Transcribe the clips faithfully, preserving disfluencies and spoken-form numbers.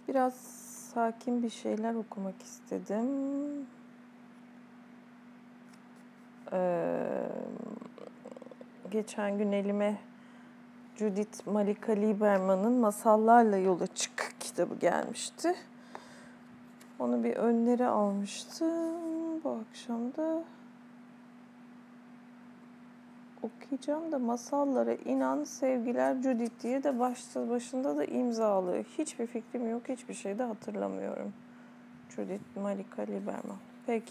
Biraz sakin bir şeyler okumak istedim. Ee, geçen gün elime Judith Malika Lieberman'ın Masallarla Yola Çık kitabı gelmişti. Onu bir önleri almıştım. Bu akşam da okuyacağım da Masallara inan sevgiler Judith diye de başta başında da imzalı. Hiçbir fikrim yok, hiçbir şey de hatırlamıyorum. Judith Malika Lieberman. Peki.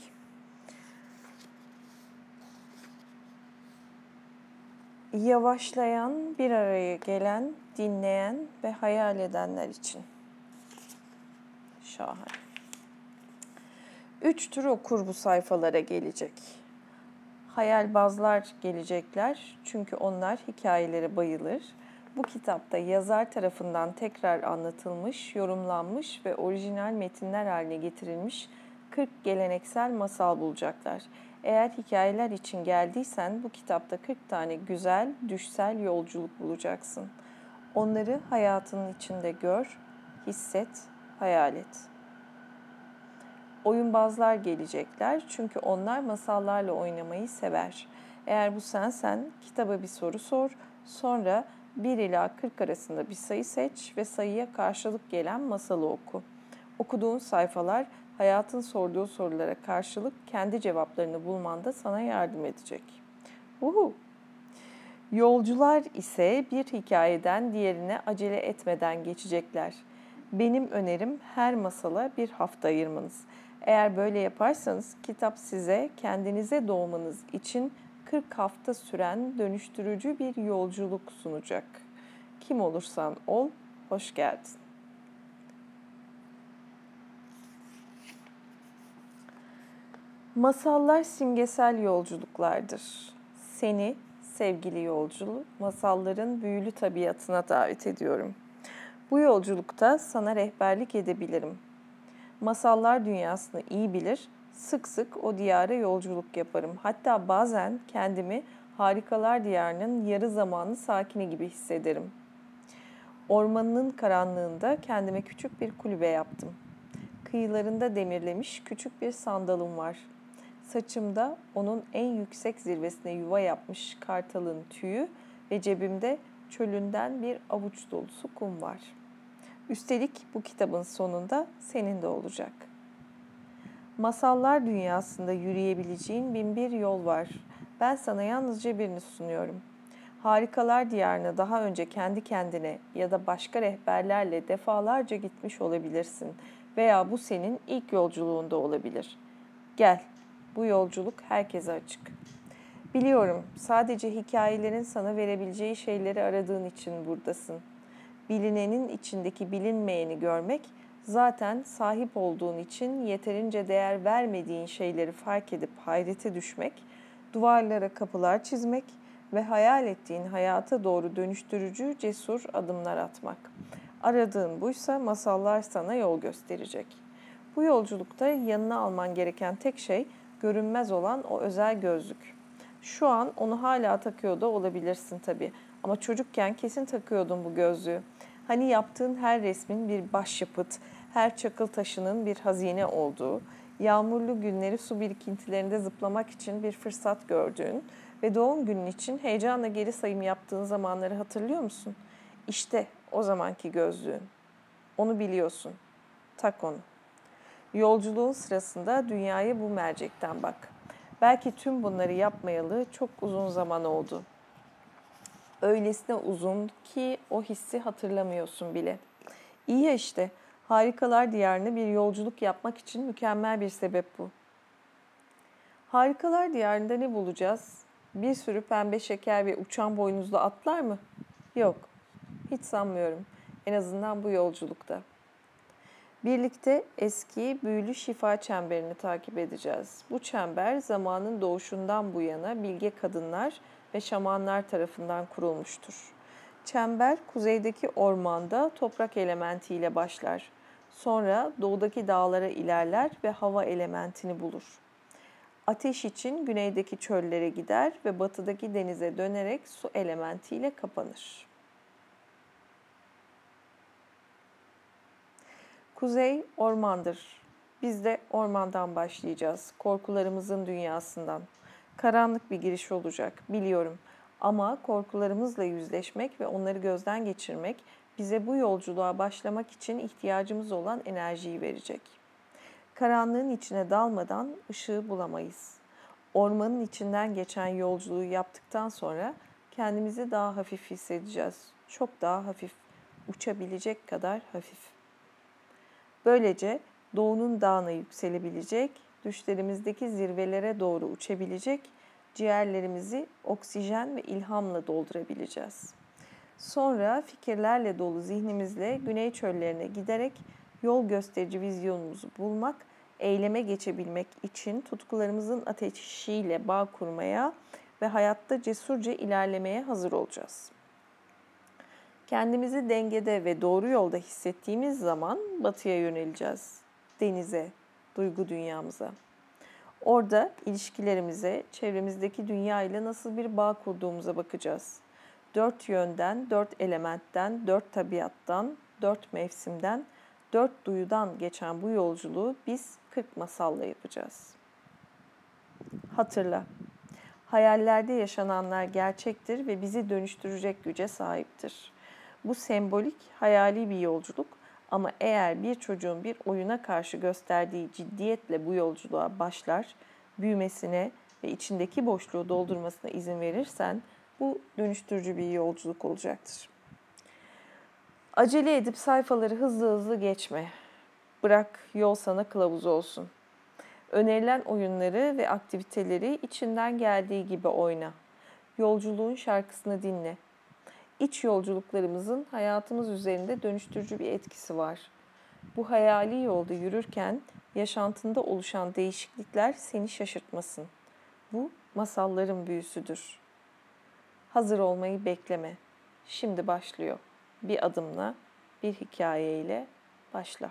Yavaşlayan, bir araya gelen, dinleyen ve hayal edenler için. Şahane. Üç tür okur bu sayfalara gelecek. Hayalbazlar gelecekler çünkü onlar hikayelere bayılır. Bu kitapta yazar tarafından tekrar anlatılmış, yorumlanmış ve orijinal metinler haline getirilmiş kırk geleneksel masal bulacaklar. Eğer hikayeler için geldiysen bu kitapta kırk tane güzel, düşsel yolculuk bulacaksın. Onları hayatının içinde gör, hisset, hayal et. Oyunbazlar gelecekler çünkü onlar masallarla oynamayı sever. Eğer bu sensen kitaba bir soru sor, sonra bir ila kırk arasında bir sayı seç ve sayıya karşılık gelen masalı oku. Okuduğun sayfalar hayatın sorduğu sorulara karşılık kendi cevaplarını bulmanda sana yardım edecek. Uhu. Yolcular ise bir hikayeden diğerine acele etmeden geçecekler. Benim önerim her masala bir hafta ayırmanız. Eğer böyle yaparsanız kitap size kendinize doğmanız için kırk hafta süren dönüştürücü bir yolculuk sunacak. Kim olursan ol, hoş geldin. Masallar simgesel yolculuklardır. Seni, sevgili yolcu, masalların büyülü tabiatına davet ediyorum. Bu yolculukta sana rehberlik edebilirim. Masallar dünyasını iyi bilir, sık sık o diyara yolculuk yaparım. Hatta bazen kendimi harikalar diyarının yarı zamanlı sakini gibi hissederim. Ormanının karanlığında kendime küçük bir kulübe yaptım. Kıyılarında demirlemiş küçük bir sandalım var. Saçımda onun en yüksek zirvesine yuva yapmış kartalın tüyü ve cebimde çölünden bir avuç dolusu kum var. Üstelik bu kitabın sonunda senin de olacak. Masallar dünyasında yürüyebileceğin bin bir yol var. Ben sana yalnızca birini sunuyorum. Harikalar diyarına daha önce kendi kendine ya da başka rehberlerle defalarca gitmiş olabilirsin veya bu senin ilk yolculuğunda olabilir. Gel, bu yolculuk herkese açık. Biliyorum, sadece hikayelerin sana verebileceği şeyleri aradığın için buradasın. Bilinenin içindeki bilinmeyeni görmek, zaten sahip olduğun için yeterince değer vermediğin şeyleri fark edip hayrete düşmek, duvarlara kapılar çizmek ve hayal ettiğin hayata doğru dönüştürücü cesur adımlar atmak. Aradığın buysa masallar sana yol gösterecek. Bu yolculukta yanına alman gereken tek şey görünmez olan o özel gözlük. Şu an onu hala takıyor da olabilirsin tabii. Ama çocukken kesin takıyordun bu gözlüğü. Hani yaptığın her resmin bir başyapıt, her çakıl taşının bir hazine olduğu, yağmurlu günleri su birikintilerinde zıplamak için bir fırsat gördüğün ve doğum günün için heyecanla geri sayım yaptığın zamanları hatırlıyor musun? İşte o zamanki gözlüğün. Onu biliyorsun. Tak onu. Yolculuğun sırasında dünyaya bu mercekten bak. Belki tüm bunları yapmayalı çok uzun zaman oldu. Öylesine uzun ki o hissi hatırlamıyorsun bile. İyi ya işte, harikalar diyarına bir yolculuk yapmak için mükemmel bir sebep bu. Harikalar diyarında ne bulacağız? Bir sürü pembe şeker ve uçan boynuzlu atlar mı? Yok, hiç sanmıyorum. En azından bu yolculukta. Birlikte eski büyülü şifa çemberini takip edeceğiz. Bu çember zamanın doğuşundan bu yana bilge kadınlar ve şamanlar tarafından kurulmuştur. Çember kuzeydeki ormanda toprak elementiyle başlar. Sonra doğudaki dağlara ilerler ve hava elementini bulur. Ateş için güneydeki çöllere gider ve batıdaki denize dönerek su elementiyle kapanır. Kuzey ormandır. Biz de ormandan başlayacağız. Korkularımızın dünyasından. Karanlık bir giriş olacak, biliyorum. Ama korkularımızla yüzleşmek ve onları gözden geçirmek bize bu yolculuğa başlamak için ihtiyacımız olan enerjiyi verecek. Karanlığın içine dalmadan ışığı bulamayız. Ormanın içinden geçen yolculuğu yaptıktan sonra kendimizi daha hafif hissedeceğiz. Çok daha hafif, uçabilecek kadar hafif. Böylece doğunun dağına yükselebilecek, düşlerimizdeki zirvelere doğru uçabilecek, ciğerlerimizi oksijen ve ilhamla doldurabileceğiz. Sonra fikirlerle dolu zihnimizle güney çöllerine giderek yol gösterici vizyonumuzu bulmak, eyleme geçebilmek için tutkularımızın ateşiyle bağ kurmaya ve hayatta cesurca ilerlemeye hazır olacağız. Kendimizi dengede ve doğru yolda hissettiğimiz zaman batıya yöneleceğiz. Denize, duygu dünyamıza. Orada ilişkilerimize, çevremizdeki dünya ile nasıl bir bağ kurduğumuza bakacağız. Dört yönden, dört elementten, dört tabiattan, dört mevsimden, dört duyudan geçen bu yolculuğu biz kırk masalla yapacağız. Hatırla, hayallerde yaşananlar gerçektir ve bizi dönüştürecek güce sahiptir. Bu sembolik, hayali bir yolculuk ama eğer bir çocuğun bir oyuna karşı gösterdiği ciddiyetle bu yolculuğa başlar, büyümesine ve içindeki boşluğu doldurmasına izin verirsen bu dönüştürücü bir yolculuk olacaktır. Acele edip sayfaları hızlı hızlı geçme. Bırak yol sana kılavuz olsun. Önerilen oyunları ve aktiviteleri içinden geldiği gibi oyna. Yolculuğun şarkısını dinle. İç yolculuklarımızın hayatımız üzerinde dönüştürücü bir etkisi var. Bu hayali yolda yürürken yaşantında oluşan değişiklikler seni şaşırtmasın. Bu masalların büyüsüdür. Hazır olmayı bekleme. Şimdi başlıyor. Bir adımla, bir hikayeyle başla.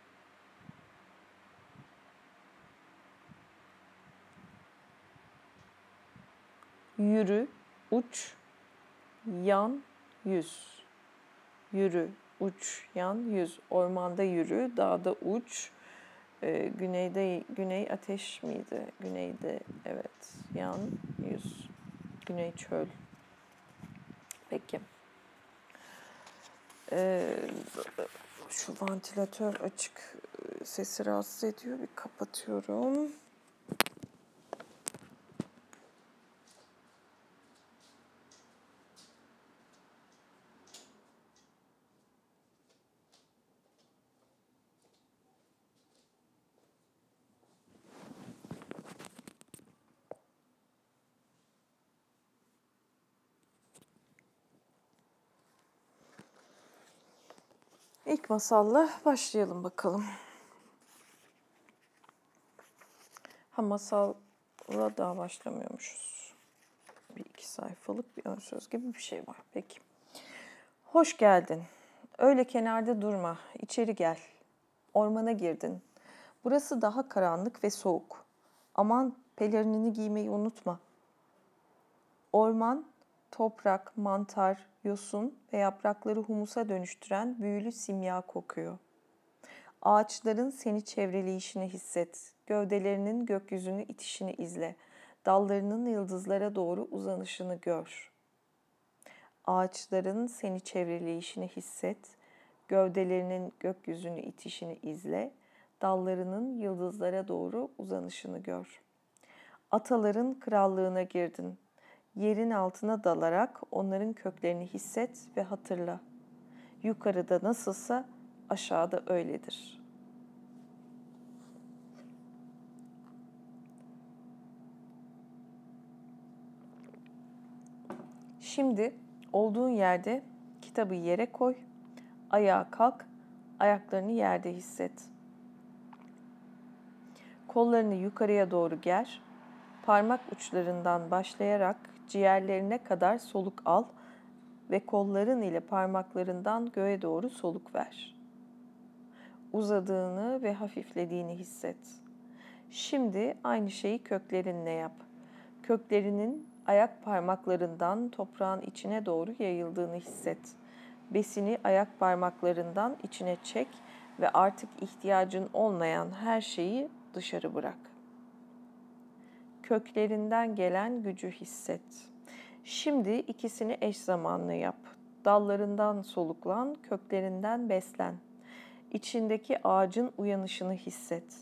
Yürü, uç, yan, yüz. Yürü, uç, yan, yüz. Ormanda yürü, dağda uç. Ee, güneyde, güney ateş miydi? Güneyde, evet. Yan, yüz. Güney çöl. Peki. Ee, şu vantilatör açık. Sesi rahatsız ediyor. Bir kapatıyorum. İlk masalla başlayalım bakalım. Ha, masalla daha başlamıyormuşuz. Bir iki sayfalık bir ön söz gibi bir şey var. Peki. Hoş geldin. Öyle kenarda durma. İçeri gel. Ormana girdin. Burası daha karanlık ve soğuk. Aman pelerinini giymeyi unutma. Orman, toprak, mantar, yosun ve yaprakları humusa dönüştüren büyülü simya kokuyor. Ağaçların seni çevreleyişini hisset. Gövdelerinin gökyüzünü itişini izle. Dallarının yıldızlara doğru uzanışını gör. Ağaçların seni çevreleyişini hisset. Gövdelerinin gökyüzünü itişini izle. Dallarının yıldızlara doğru uzanışını gör. Ataların krallığına girdin. Yerin altına dalarak onların köklerini hisset ve hatırla. Yukarıda nasılsa aşağıda öyledir. Şimdi olduğun yerde kitabı yere koy, ayağa kalk, ayaklarını yerde hisset. Kollarını yukarıya doğru ger, parmak uçlarından başlayarak ciğerlerine kadar soluk al ve kolların ile parmaklarından göğe doğru soluk ver. Uzadığını ve hafiflediğini hisset. Şimdi aynı şeyi köklerinle yap. Köklerinin ayak parmaklarından toprağın içine doğru yayıldığını hisset. Besini ayak parmaklarından içine çek ve artık ihtiyacın olmayan her şeyi dışarı bırak. Köklerinden gelen gücü hisset. Şimdi ikisini eş zamanlı yap. Dallarından soluklan, köklerinden beslen. İçindeki ağacın uyanışını hisset.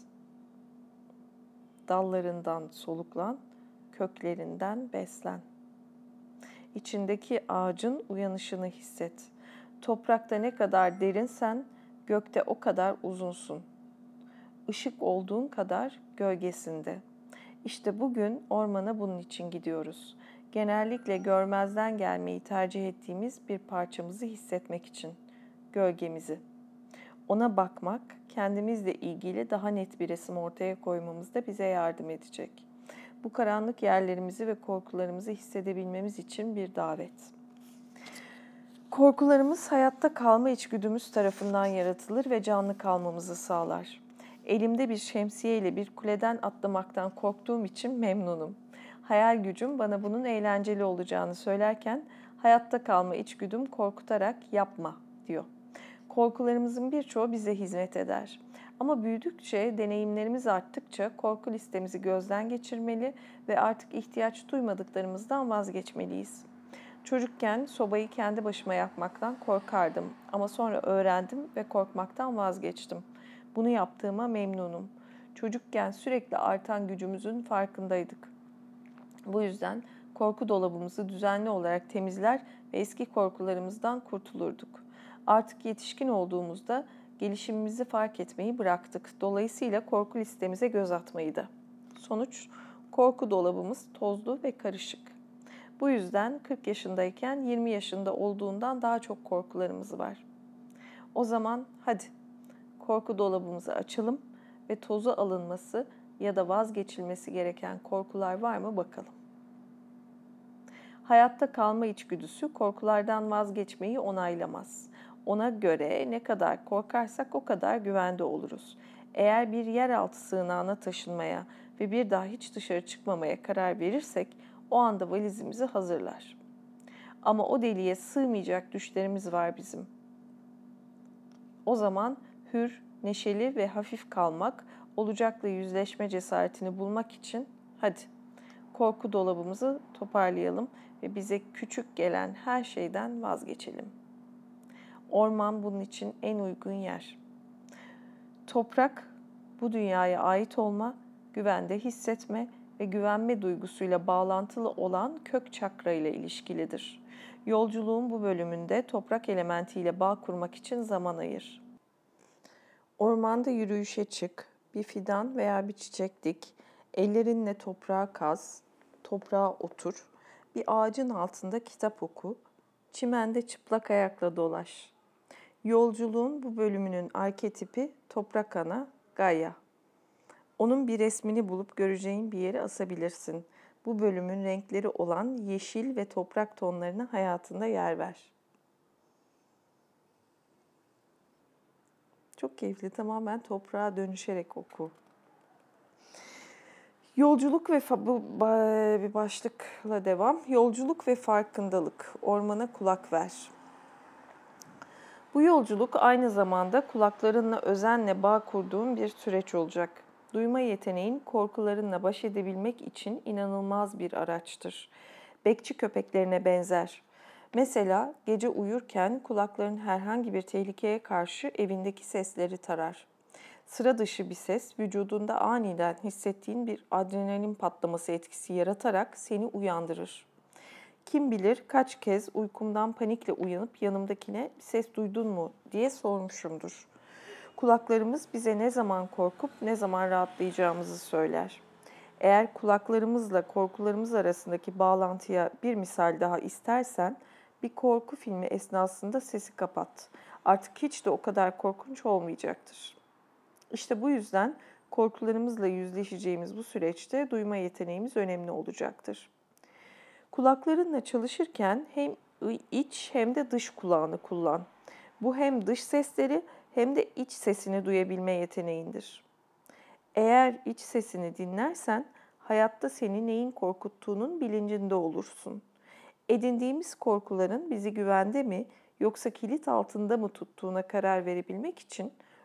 Dallarından soluklan, köklerinden beslen. İçindeki ağacın uyanışını hisset. Toprakta ne kadar derinsen, gökte o kadar uzunsun. Işık olduğun kadar gölgesinde. İşte bugün ormana bunun için gidiyoruz. Genellikle görmezden gelmeyi tercih ettiğimiz bir parçamızı hissetmek için. Gölgemizi. Ona bakmak, kendimizle ilgili daha net bir resim ortaya koymamızda bize yardım edecek. Bu karanlık yerlerimizi ve korkularımızı hissedebilmemiz için bir davet. Korkularımız hayatta kalma içgüdümüz tarafından yaratılır ve canlı kalmamızı sağlar. Elimde bir şemsiye ile bir kuleden atlamaktan korktuğum için memnunum. Hayal gücüm bana bunun eğlenceli olacağını söylerken hayatta kalma içgüdüm korkutarak yapma diyor. Korkularımızın birçoğu bize hizmet eder. Ama büyüdükçe, deneyimlerimiz arttıkça korku listemizi gözden geçirmeli ve artık ihtiyaç duymadıklarımızdan vazgeçmeliyiz. Çocukken sobayı kendi başıma yakmaktan korkardım ama sonra öğrendim ve korkmaktan vazgeçtim. Bunu yaptığıma memnunum. Çocukken sürekli artan gücümüzün farkındaydık. Bu yüzden korku dolabımızı düzenli olarak temizler ve eski korkularımızdan kurtulurduk. Artık yetişkin olduğumuzda gelişimimizi fark etmeyi bıraktık. Dolayısıyla korku listemize göz atmayı da. Sonuç, korku dolabımız tozlu ve karışık. Bu yüzden kırk yaşındayken yirmi yaşında olduğundan daha çok korkularımız var. O zaman hadi korku dolabımızı açalım ve tozu alınması ya da vazgeçilmesi gereken korkular var mı bakalım. Hayatta kalma içgüdüsü korkulardan vazgeçmeyi onaylamaz. Ona göre ne kadar korkarsak o kadar güvende oluruz. Eğer bir yeraltı sığınağına taşınmaya ve bir daha hiç dışarı çıkmamaya karar verirsek o anda valizimizi hazırlar. Ama o deliğe sığmayacak düşlerimiz var bizim. O zaman hür, neşeli ve hafif kalmak, olacakla yüzleşme cesaretini bulmak için hadi korku dolabımızı toparlayalım ve bize küçük gelen her şeyden vazgeçelim. Orman bunun için en uygun yer. Toprak, bu dünyaya ait olma, güvende hissetme ve güvenme duygusuyla bağlantılı olan kök çakra ile ilişkilidir. Yolculuğun bu bölümünde toprak elementiyle bağ kurmak için zaman ayır. Ormanda yürüyüşe çık, bir fidan veya bir çiçek dik, ellerinle toprağa kaz, toprağa otur, bir ağacın altında kitap oku, çimende çıplak ayakla dolaş. Yolculuğun bu bölümünün arketipi toprak ana Gaia. Onun bir resmini bulup göreceğin bir yere asabilirsin. Bu bölümün renkleri olan yeşil ve toprak tonlarına hayatında yer ver. Çok keyifli, tamamen toprağa dönüşerek oku. Yolculuk ve fa- bu bir başlıkla devam. Yolculuk ve farkındalık. Ormana kulak ver. Bu yolculuk aynı zamanda kulaklarınla özenle bağ kurduğun bir süreç olacak. Duyma yeteneğin korkularınla baş edebilmek için inanılmaz bir araçtır. Bekçi köpeklerine benzer. Mesela gece uyurken kulakların herhangi bir tehlikeye karşı evindeki sesleri tarar. Sıra dışı bir ses vücudunda aniden hissettiğin bir adrenalin patlaması etkisi yaratarak seni uyandırır. Kim bilir kaç kez uykumdan panikle uyanıp yanımdakine ses duydun mu diye sormuşumdur. Kulaklarımız bize ne zaman korkup ne zaman rahatlayacağımızı söyler. Eğer kulaklarımızla korkularımız arasındaki bağlantıya bir misal daha istersen, bir korku filmi esnasında sesi kapat. Artık hiç de o kadar korkunç olmayacaktır. İşte bu yüzden korkularımızla yüzleşeceğimiz bu süreçte duyma yeteneğimiz önemli olacaktır. Kulaklarınla çalışırken hem iç hem de dış kulağını kullan. Bu hem dış sesleri hem de iç sesini duyabilme yeteneğindir. Eğer iç sesini dinlersen hayatta seni neyin korkuttuğunun bilincinde olursun. Edindiğimiz korkuların bizi güvende mi yoksa kilit altında mı tuttuğuna karar verebilmek için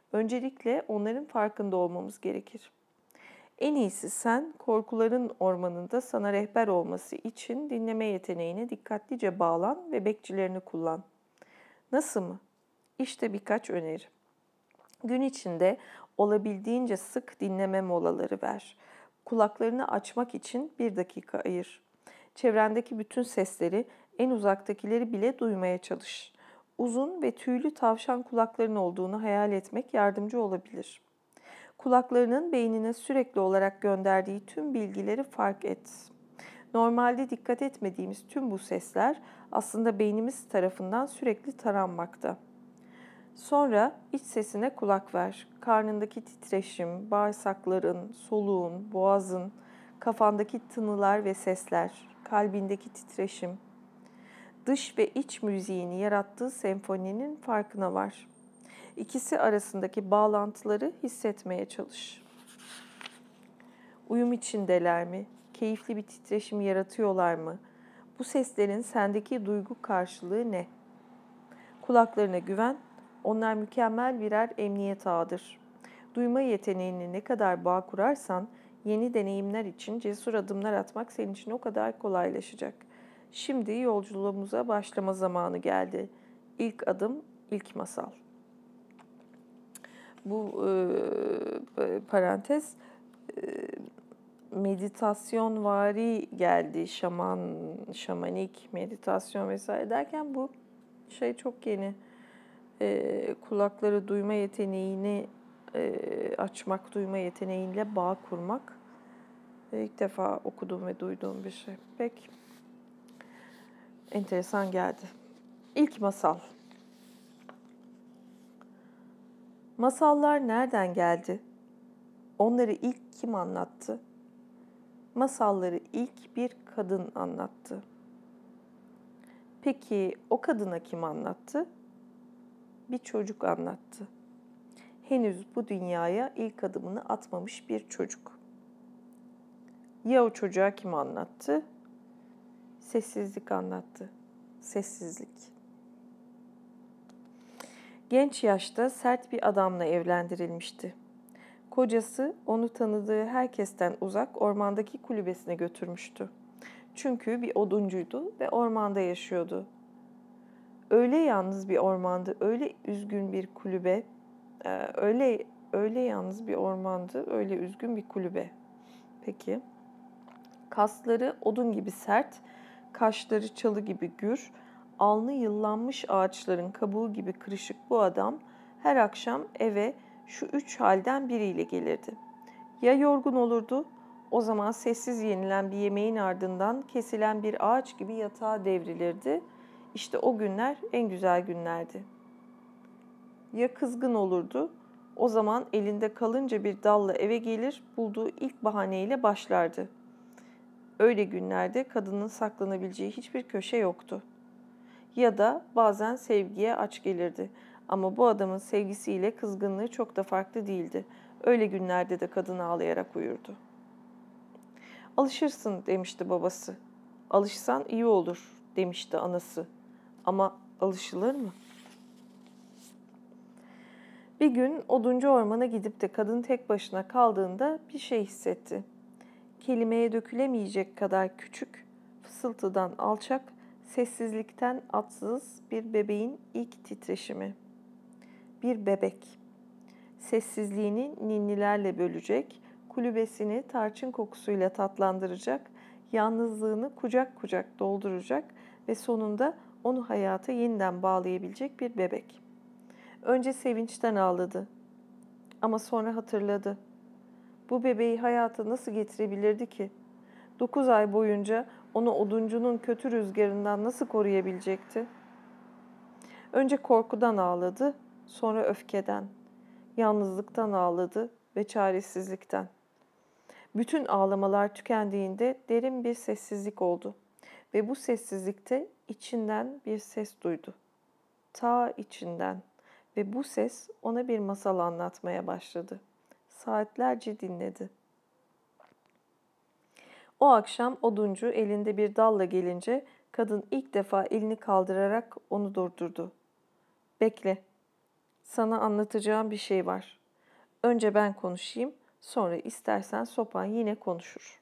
Öncelikle onların farkında olmamız gerekir. En iyisi sen korkuların ormanında sana rehber olması için dinleme yeteneğine dikkatlice bağlan ve bekçilerini kullan. Nasıl mı? İşte birkaç öneri. Gün içinde olabildiğince sık dinleme molaları ver. Kulaklarını açmak için bir dakika ayır. Çevrendeki bütün sesleri, en uzaktakileri bile duymaya çalış. Uzun ve tüylü tavşan kulakların olduğunu hayal etmek yardımcı olabilir. Kulaklarının beynine sürekli olarak gönderdiği tüm bilgileri fark et. Normalde dikkat etmediğimiz tüm bu sesler aslında beynimiz tarafından sürekli taranmakta. Sonra iç sesine kulak ver. Karnındaki titreşim, bağırsakların, soluğun, boğazın, kafandaki tınılar ve sesler, kalbindeki titreşim, dış ve iç müziğini yarattığı senfoninin farkına var. İkisi arasındaki bağlantıları hissetmeye çalış. Uyum içindeler mi? Keyifli bir titreşim yaratıyorlar mı? Bu seslerin sendeki duygu karşılığı ne? Kulaklarına güven, onlar mükemmel birer emniyet ağıdır. Duyma yeteneğini ne kadar bağ kurarsan, yeni deneyimler için cesur adımlar atmak senin için o kadar kolaylaşacak. Şimdi yolculuğumuza başlama zamanı geldi. İlk adım, ilk masal. Bu e, parantez e, meditasyonvari geldi. Şaman, şamanik meditasyon vesaire derken bu şey çok yeni. E, kulakları duyma yeteneğini e, açmak, duyma yeteneğiyle bağ kurmak e, ilk defa okuduğum ve duyduğum bir şey. Pek enteresan geldi. İlk masal. Masallar nereden geldi? Onları ilk kim anlattı? Masalları ilk bir kadın anlattı. Peki o kadına kim anlattı? Bir çocuk anlattı. Henüz bu dünyaya ilk adımını atmamış bir çocuk. Ya o çocuğa kim anlattı? Sessizlik anlattı. Sessizlik. Genç yaşta sert bir adamla evlendirilmişti. Kocası onu tanıdığı herkesten uzak ormandaki kulübesine götürmüştü. Çünkü bir oduncuydu ve ormanda yaşıyordu. Öyle yalnız bir ormandı, öyle üzgün bir kulübe, öyle öyle yalnız bir ormandı, öyle üzgün bir kulübe. Peki. Kasları odun gibi sert, kaşları çalı gibi gür, alnı yıllanmış ağaçların kabuğu gibi kırışık bu adam her akşam eve şu üç halden biriyle gelirdi. Ya yorgun olurdu, o zaman sessiz yenilen bir yemeğin ardından kesilen bir ağaç gibi yatağa devrilirdi. İşte o günler en güzel günlerdi. Ya kızgın olurdu, o zaman elinde kalınca bir dalla eve gelir, bulduğu ilk bahaneyle başlardı. Öyle günlerde kadının saklanabileceği hiçbir köşe yoktu. Ya da bazen sevgiye aç gelirdi. Ama bu adamın sevgisiyle kızgınlığı çok da farklı değildi. Öyle günlerde de kadın ağlayarak uyurdu. Alışırsın demişti babası. Alışsan iyi olur demişti anası. Ama alışılır mı? Bir gün oduncu ormana gidip de kadın tek başına kaldığında bir şey hissetti. Kelimeye dökülemeyecek kadar küçük, fısıltıdan alçak, sessizlikten atsız bir bebeğin ilk titreşimi. Bir bebek. Sessizliğini ninnilerle bölecek, kulübesini tarçın kokusuyla tatlandıracak, yalnızlığını kucak kucak dolduracak ve sonunda onu hayata yeniden bağlayabilecek bir bebek. Önce sevinçten ağladı ama sonra hatırladı. Bu bebeği hayata nasıl getirebilirdi ki? Dokuz ay boyunca onu oduncunun kötü rüzgarından nasıl koruyabilecekti? Önce korkudan ağladı, sonra öfkeden, yalnızlıktan ağladı ve çaresizlikten. Bütün ağlamalar tükendiğinde derin bir sessizlik oldu ve bu sessizlikte içinden bir ses duydu. Ta içinden ve bu ses ona bir masal anlatmaya başladı. Saatlerce dinledi. O akşam oduncu elinde bir dalla gelince kadın ilk defa elini kaldırarak onu durdurdu. Bekle, Sana anlatacağım bir şey var. Önce ben konuşayım, sonra istersen sopan yine konuşur.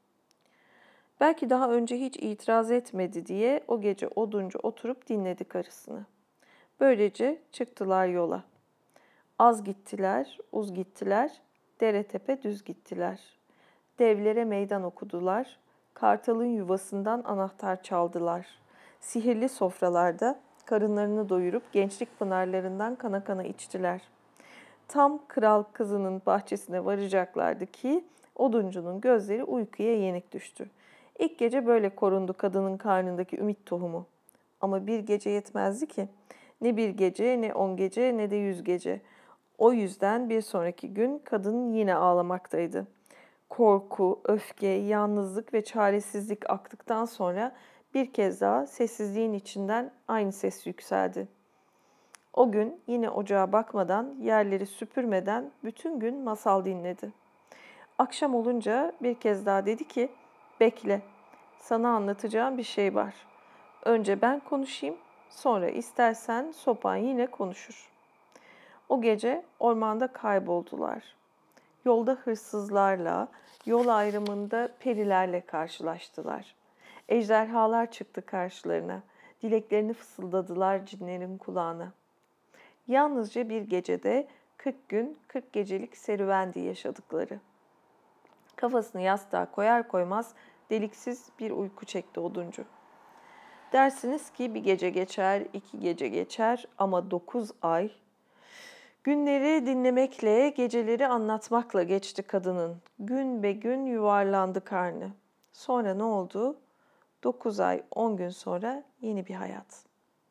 Belki daha önce hiç itiraz etmedi diye o gece oduncu oturup dinledi karısını. Böylece çıktılar yola. Az gittiler, uz gittiler, dere tepe düz gittiler. Devlere meydan okudular, kartalın yuvasından anahtar çaldılar. Sihirli sofralarda karınlarını doyurup gençlik pınarlarından kana kana içtiler. Tam kral kızının bahçesine varacaklardı ki oduncunun gözleri uykuya yenik düştü. İlk gece böyle korundu kadının karnındaki ümit tohumu. Ama bir gece yetmezdi ki. Ne bir gece, ne on gece, ne de yüz gece. O yüzden bir sonraki gün kadın yine ağlamaktaydı. Korku, öfke, yalnızlık ve çaresizlik aktıktan sonra bir kez daha sessizliğin içinden aynı ses yükseldi. O gün yine ocağa bakmadan, yerleri süpürmeden bütün gün masal dinledi. Akşam olunca bir kez daha dedi ki, bekle, sana anlatacağım bir şey var. Önce ben konuşayım, sonra istersen sopan yine konuşur. O gece ormanda kayboldular. Yolda hırsızlarla, yol ayrımında perilerle karşılaştılar. Ejderhalar çıktı karşılarına. Dileklerini fısıldadılar cinlerin kulağına. Yalnızca bir gecede kırk gün, kırk gecelik serüvendi yaşadıkları. Kafasını yastığa koyar koymaz deliksiz bir uyku çekti oduncu. Dersiniz ki bir gece geçer, iki gece geçer ama dokuz ay. Günleri dinlemekle, geceleri anlatmakla geçti kadının. Gün be gün yuvarlandı karnı. Sonra ne oldu? Dokuz ay, on gün sonra yeni bir hayat.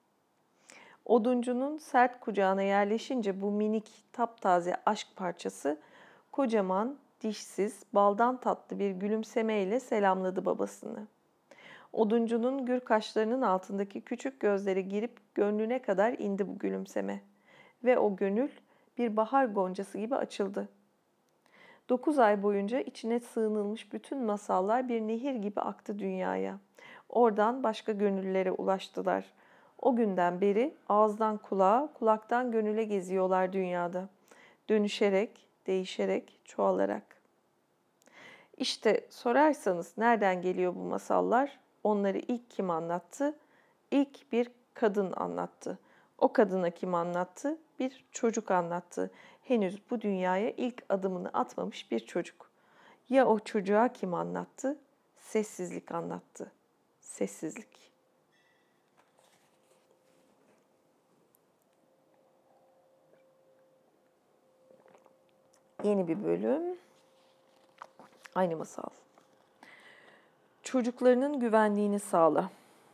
Oduncunun sert kucağına yerleşince bu minik, taptaze aşk parçası kocaman, dişsiz, baldan tatlı bir gülümsemeyle selamladı babasını. Oduncunun gür kaşlarının altındaki küçük gözleri girip gönlüne kadar indi bu gülümseme. Ve o gönül bir bahar goncası gibi açıldı. Dokuz ay boyunca içine sığınılmış bütün masallar bir nehir gibi aktı dünyaya. Oradan başka gönüllere ulaştılar. O günden beri ağızdan kulağa, kulaktan gönüle geziyorlar dünyada. Dönüşerek, değişerek, çoğalarak. İşte sorarsanız nereden geliyor bu masallar? Onları ilk kim anlattı? İlk bir kadın anlattı. O kadına kim anlattı? Bir çocuk anlattı. Henüz bu dünyaya ilk adımını atmamış bir çocuk. Ya o çocuğa kim anlattı? Sessizlik anlattı. Sessizlik. Yeni bir bölüm. Aynı masal. Çocuklarının güvenliğini sağla.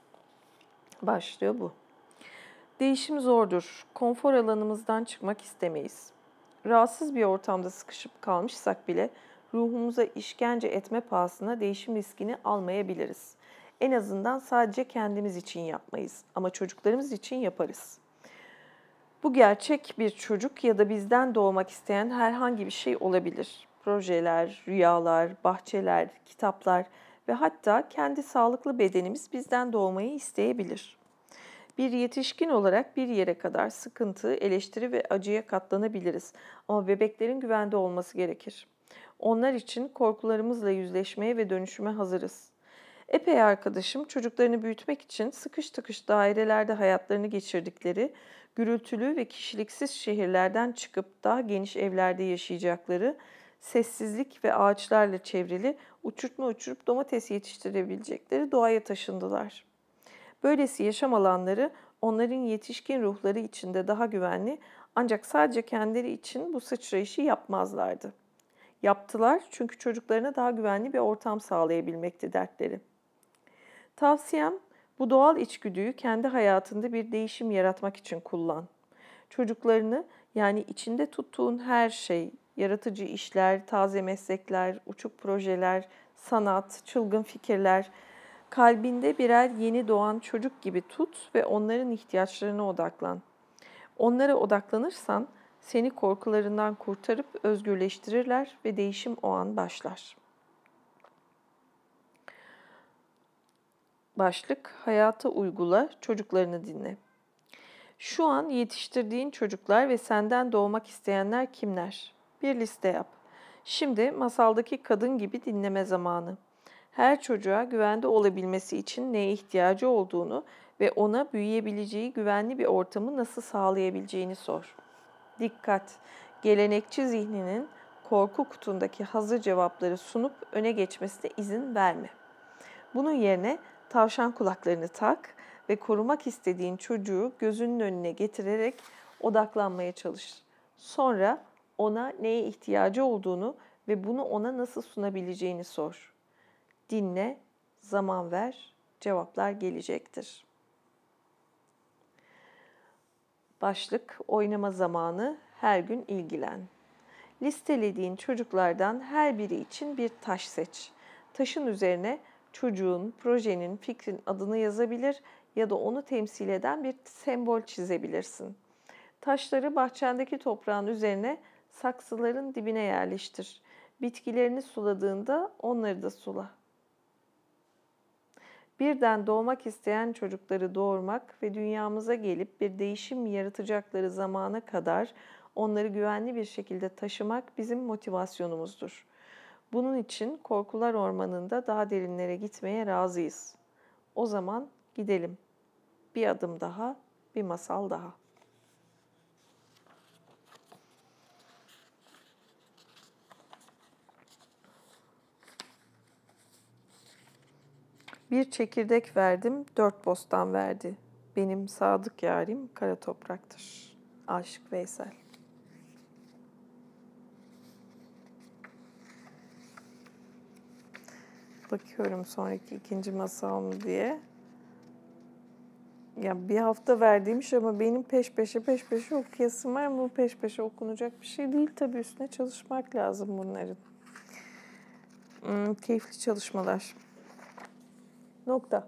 Başlıyor bu. Değişim zordur. Konfor alanımızdan çıkmak istemeyiz. Rahatsız bir ortamda sıkışıp kalmışsak bile ruhumuza işkence etme pahasına değişim riskini almayabiliriz. En azından sadece kendimiz için yapmayız ama çocuklarımız için yaparız. Bu gerçek bir çocuk ya da bizden doğmak isteyen herhangi bir şey olabilir. Projeler, rüyalar, bahçeler, kitaplar ve hatta kendi sağlıklı bedenimiz bizden doğmayı isteyebilir. Bir yetişkin olarak bir yere kadar sıkıntı, eleştiri ve acıya katlanabiliriz. Ama bebeklerin güvende olması gerekir. Onlar için korkularımızla yüzleşmeye ve dönüşüme hazırız. Epey arkadaşım çocuklarını büyütmek için sıkış tıkış dairelerde hayatlarını geçirdikleri, gürültülü ve kişiliksiz şehirlerden çıkıp daha geniş evlerde yaşayacakları, sessizlik ve ağaçlarla çevrili, uçurtma uçurup domates yetiştirebilecekleri doğaya taşındılar. Böylesi yaşam alanları onların yetişkin ruhları içinde daha güvenli ancak sadece kendileri için bu sıçrayışı yapmazlardı. Yaptılar çünkü çocuklarına daha güvenli bir ortam sağlayabilmekti dertleri. Tavsiyem bu doğal içgüdüyü kendi hayatında bir değişim yaratmak için kullan. Çocuklarını yani içinde tuttuğun her şey, yaratıcı işler, taze meslekler, uçuk projeler, sanat, çılgın fikirler, kalbinde birer yeni doğan çocuk gibi tut ve onların ihtiyaçlarına odaklan. Onlara odaklanırsan seni korkularından kurtarıp özgürleştirirler ve değişim o an başlar. Başlık: Hayata uygula, çocuklarını dinle. Şu an yetiştirdiğin çocuklar ve senden doğmak isteyenler kimler? Bir liste yap. Şimdi masaldaki kadın gibi dinleme zamanı. Her çocuğa güvende olabilmesi için neye ihtiyacı olduğunu ve ona büyüyebileceği güvenli bir ortamı nasıl sağlayabileceğini sor. Dikkat! Gelenekçi zihninin korku kutundaki hazır cevapları sunup öne geçmesine izin verme. Bunun yerine tavşan kulaklarını tak ve korumak istediğin çocuğu gözünün önüne getirerek odaklanmaya çalış. Sonra ona neye ihtiyacı olduğunu ve bunu ona nasıl sunabileceğini sor. Dinle, zaman ver, cevaplar gelecektir. Başlık, oynama zamanı, her gün ilgilen. Listelediğin çocuklardan her biri için bir taş seç. Taşın üzerine çocuğun, projenin, fikrin adını yazabilir ya da onu temsil eden bir sembol çizebilirsin. Taşları bahçendeki toprağın üzerine saksıların dibine yerleştir. Bitkilerini suladığında onları da sula. Birden doğmak isteyen çocukları doğurmak ve dünyamıza gelip bir değişim yaratacakları zamana kadar onları güvenli bir şekilde taşımak bizim motivasyonumuzdur. Bunun için korkular ormanında daha derinlere gitmeye razıyız. O zaman gidelim. Bir adım daha, bir masal daha. Bir çekirdek verdim, dört bostan verdi. Benim sadık yarim kara topraktır. Aşık Veysel. Bakıyorum sonraki ikinci masal mı diye. Ya bir hafta verdiymiş ama benim peş peşe peş peşe okuyasım var ama bu peş peşe okunacak bir şey değil. Tabii üstüne çalışmak lazım bunların. Hmm, keyifli çalışmalar. Nokta.